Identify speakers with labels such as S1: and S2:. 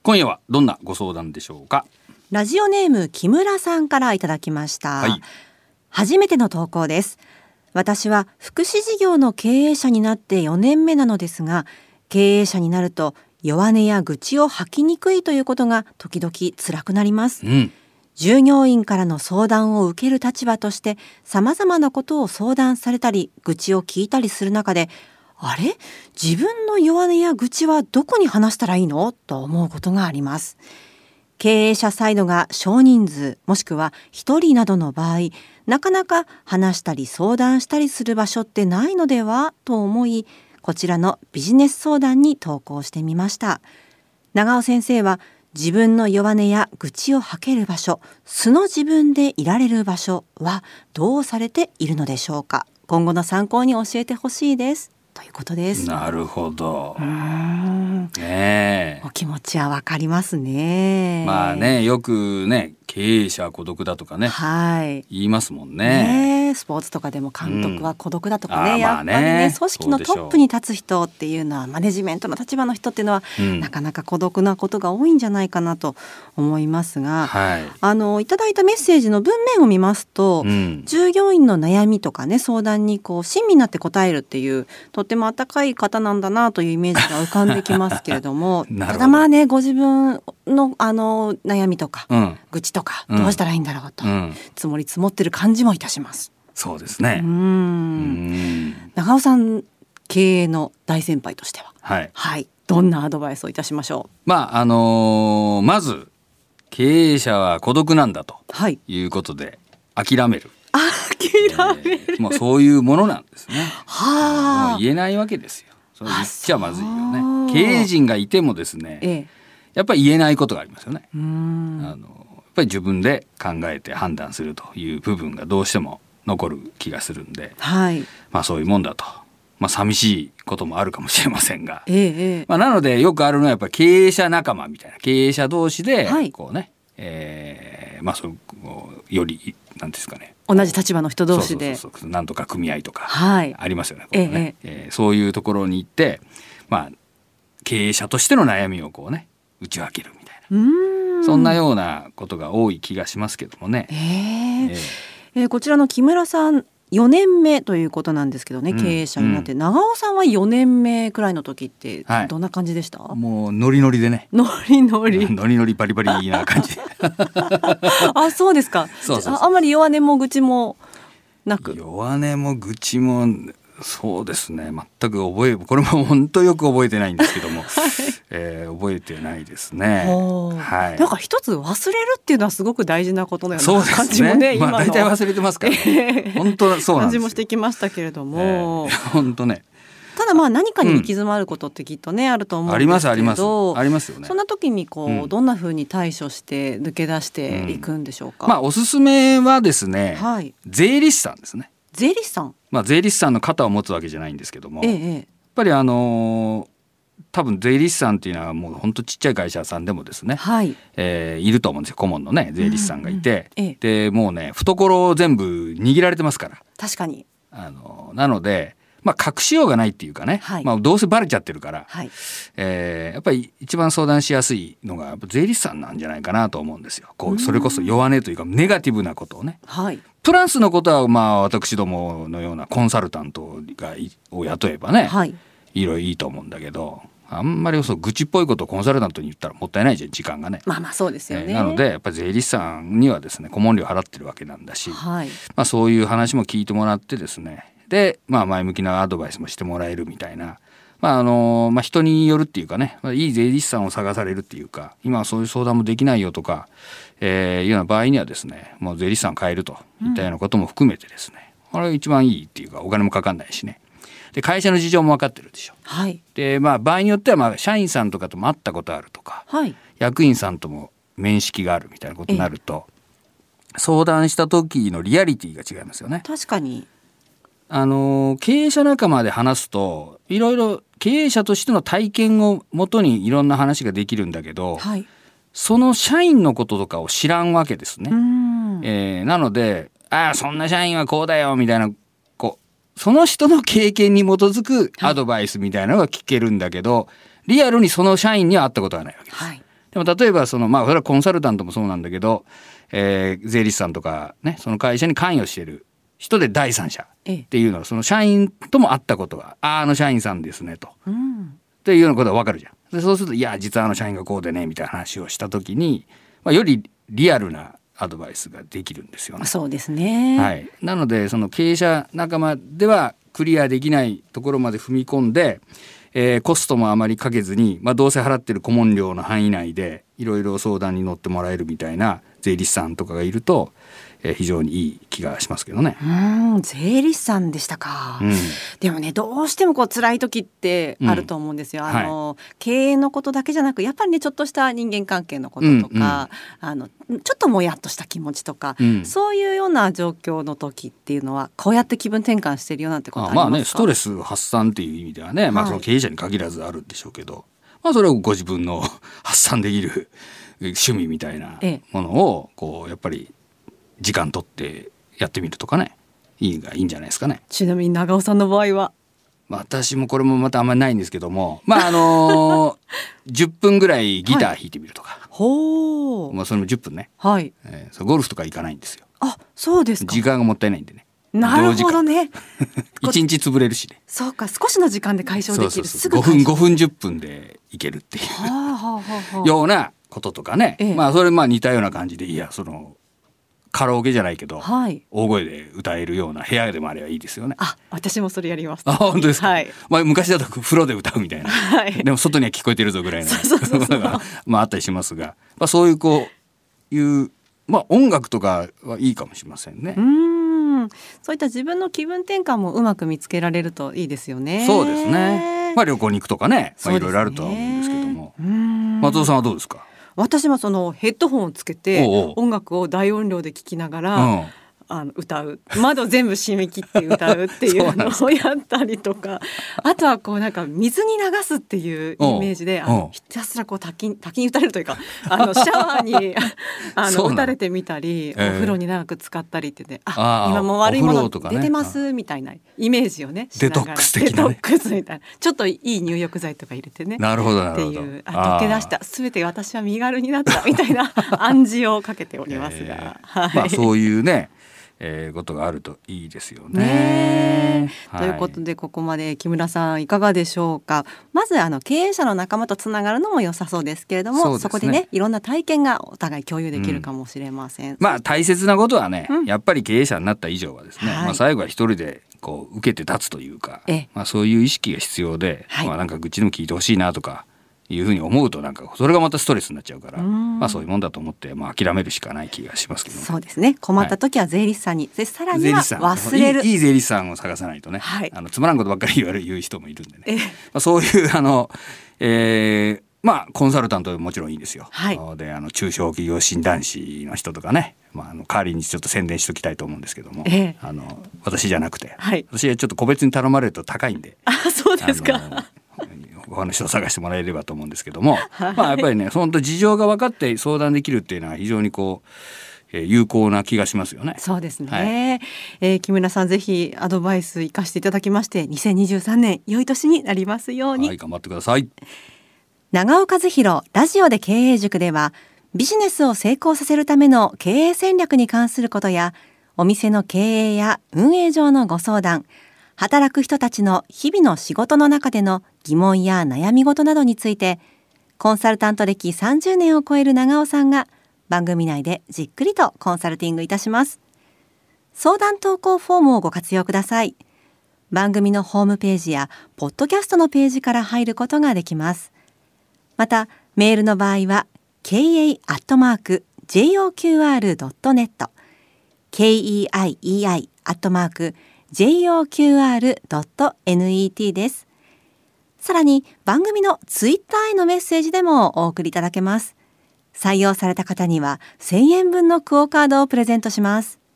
S1: 今夜はどんなご相談でしょうか。
S2: ラジオネーム木村さんからいただきました、
S1: はい、
S2: 初めての投稿です。私は福祉事業の経営者になって4年目なのですが、経営者になると弱音や愚痴を吐きにくいということが時々辛くなります、従業員からの相談を受ける立場として様々なことを相談されたり愚痴を聞いたりする中で、あれ、自分の弱音や愚痴はどこに話したらいいのと思うことがあります。経営者サイドが少人数もしくは一人などの場合、なかなか話したり相談したりする場所ってないのではと思い、こちらのビジネス相談に投稿してみました。長尾先生は自分の弱音や愚痴を吐ける場所、素の自分でいられる場所はどうされているのでしょうか。今後の参考に教えてほしいですということです。
S1: なるほど。
S2: お気持ちはわかりますね。
S1: まあね、よくね、経営者は孤独だとかね、言いますもんね。
S2: スポーツとかでも監督は孤独だとかね、やっぱり
S1: ね、
S2: 組織のトップに立つ人っていうのは、マネジメントの立場の人っていうのは、なかなか孤独なことが多いんじゃないかなと思いますが、いただいたメッセージの文面を見ますと、従業員の悩みとかね、相談にこう親身になって答えるっていう、とっても温かい方なんだなというイメージが浮かんできますけれどもただまあね、ご自分の悩みとか、愚痴とかどうしたらいいんだろうと、積もり積もってる感じもいたします。
S1: そうですね。
S2: 長尾さん、経営の大先輩としては、どんなアドバイスをいたしましょう。
S1: まず経営者は孤独なんだということで、諦める。もうそういうものなんですね。もう言えないわけですよ。それ言っちゃまずいよね。経営陣がいてもですね、やっぱり言えないことがありますよね。やっぱり自分で考えて判断するという部分がどうしても残る気がするんで、そういうもんだと。寂しいこともあるかもしれませんが、なのでよくあるのはやっぱり経営者仲間みたいな、経営者同士でこうね、よりなんですかね、
S2: 同じ立場の人同士で
S1: なんとか組合とかありますよね。そういうところに行って、経営者としての悩みをこうね、打ち分けるみたいな、そんなようなことが多い気がしますけどもね。
S2: こちらの木村さん4年目ということなんですけどね、経営者になって、長尾さんは4年目くらいの時ってどんな感じでした？
S1: もうノリノリでね、ノリノリバリバリな感じで
S2: あ、そうですか。あんまり弱音も愚痴もなく。
S1: 弱音も愚痴もそうですね、全くこれも本当よく覚えてないんですけども、覚えてないですね。
S2: なんか一つ忘れるっていうのはすごく大事なことのような感じもね、今の
S1: 大体忘れてますからね。本当そうなんですよ。
S2: 感じもしてきましたけれども、
S1: 本当ね。
S2: ただ何かに行き詰まることってきっとね、あると思うんですけど、
S1: ありますよね。
S2: そんな時にどんな風に対処して抜け出していくんでしょうか。
S1: おすすめはですね、税理士さんですね。
S2: 税理士さん、
S1: 税理士さんの肩を持つわけじゃないんですけども、やっぱり多分税理士さんっていうのはもう本当ちっちゃい会社さんでもですね、いると思うんですよ。顧問のね、税理士さんがいて、でもうね、懐を全部握られてますから。
S2: 確かに。
S1: なので隠しようがないっていうかね、どうせバレちゃってるから、やっぱり一番相談しやすいのがやっぱ税理士さんなんじゃないかなと思うんですよ。それこそ弱音というかネガティブなことをね、プラスのことは私どものようなコンサルタントを雇えばね、いろいろいいと思うんだけど、あんまり愚痴っぽいことをコンサルタントに言ったらもったいないじゃん、時間がね。
S2: そうですよね。
S1: なのでやっぱり税理士さんにはですね、顧問料払ってるわけなんだし、そういう話も聞いてもらってですね、で前向きなアドバイスもしてもらえるみたいな、人によるっていうかね、いい税理士さんを探されるっていうか、今はそういう相談もできないよとか、いうような場合にはですね、もう税理士さん変えるといったようなことも含めてですね、これが一番いいっていうか、お金もかかんないしね、で会社の事情も分かってるでしょ。で場合によっては社員さんとかとも会ったことあるとか、役員さんとも面識があるみたいなことになると、相談した時のリアリティが違いますよね。
S2: 確かに。
S1: 経営者仲間で話すといろいろ経営者としての体験をもとにいろんな話ができるんだけど、その社員のこととかを知らんわけですね。なのでそんな社員はこうだよみたいな、その人の経験に基づくアドバイスみたいなのが聞けるんだけど、リアルにその社員には会ったことがないわけです。 でも例えばそれはコンサルタントもそうなんだけど、税理士さんとかね、その会社に関与してる人で第三者っていうのは、その社員とも会ったことがあの社員さんですねと、っていうようなことは分かるじゃん。でそうするといや実は社員がこうでねみたいな話をした時に、よりリアルなアドバイスができるんですよね。
S2: そうですね、
S1: はい、なのでその経営者仲間ではクリアできないところまで踏み込んで、コストもあまりかけずに、どうせ払ってる顧問料の範囲内でいろいろ相談に乗ってもらえるみたいな税理士さんとかがいると、非常にいい気がしますけどね。
S2: 税理士さんでしたか、でもね、どうしても辛い時ってあると思うんですよ。経営のことだけじゃなく、やっぱりね、ちょっとした人間関係のこととか、ちょっともやっとした気持ちとか、そういうような状況の時っていうのはこうやって気分転換してるようなんてことありますか？
S1: ストレス発散っていう意味ではね、その経営者に限らずあるんでしょうけど、それをご自分の発散できる趣味みたいなものをやっぱり時間取ってやってみるとかね、いいんじゃないですかね。
S2: ちなみに長尾さんの場合は？
S1: 私もこれもまたあんまりないんですけども、10分ぐらいギター弾いてみるとか、それも10分ね、ゴルフとか行かないんですよ。
S2: そうですか。
S1: 時間がもったいないんでね。
S2: なるほどね。
S1: 1日潰れるしね。
S2: そうか、少しの時間で解消できる。すぐ
S1: 5分10分でいけるっていうようなこととかね、それ似たような感じで、いやカラオケじゃないけど、大声で歌えるような部屋でもあればいいですよね。
S2: 私もそれやります。
S1: 本当ですか。昔だと風呂で歌うみたいな、でも外には聞こえてるぞぐらいのことがあったりしますが、そういう音楽とかはいいかもしれませんね。
S2: そういった自分の気分転換もうまく見つけられるといいですよね。
S1: そうですね。旅行に行くとかね、いろいろあるとは思うんですけども。松尾さんはどうですか？
S2: 私はそのヘッドホンをつけて音楽を大音量で聴きながら歌う、窓全部閉め切って歌うっていうのをやったりとか、あとは水に流すっていうイメージでひたすら滝に打たれるというか、シャワーに打たれてみたり、お風呂に長く使ったりってね、今もう悪いもの出てますみたいなイメージをねしながら、
S1: デトックス的なね、
S2: デトックスみたいな、ちょっといい入浴剤とか入れてね、
S1: なるほど
S2: っていう、溶け出した、全て私は身軽になったみたいな暗示をかけておりますが、
S1: そういうねことがあるといいですよね。
S2: ということで、ここまで木村さんいかがでしょうか？まず経営者の仲間とつながるのも良さそうですけれども、 そこでね、いろんな体験がお互い共有できるかもしれません。
S1: 大切なことはね、やっぱり経営者になった以上はですね、最後は一人で受けて立つというか、そういう意識が必要で、なんか愚痴でも聞いてほしいなとかいうふうに思うと、それがまたストレスになっちゃうから、そういうもんだと思って、諦めるしかない気がしますけどね。
S2: そうですね。困った時は税理士さんに、さらには忘れる
S1: いい税理士さんを探さないとね、つまらんことばっかり言う人もいるんでね、そういうコンサルタントもちろんいいんですよ。で中小企業診断士の人とかね、代わりにちょっと宣伝しておきたいと思うんですけども、私じ私じゃなくて、私はちょっと個別に頼まれると高いんで、
S2: そうですか。
S1: 他の人を探してもらえればと思うんですけども、やっぱりね、本当事情が分かって相談できるっていうのは非常に有効な気がしますよね。
S2: そうですね。木村さん、ぜひアドバイス生かしていただきまして、2023年良い年になりますように。
S1: 頑張ってください。
S2: 長尾和弘ラジオで経営塾では、ビジネスを成功させるための経営戦略に関することや、お店の経営や運営上のご相談、働く人たちの日々の仕事の中での疑問や悩み事などについて、コンサルタント歴30年を超える長尾さんが番組内でじっくりとコンサルティングいたします。相談投稿フォームをご活用ください。番組のホームページやポッドキャストのページから入ることができます。またメールの場合は kei@joqr.net keii@joqr.net です。さらに番組のツイッターへのメッセージでもお送りいただけます。採用された方には1000円分のクオカードをプレゼントします。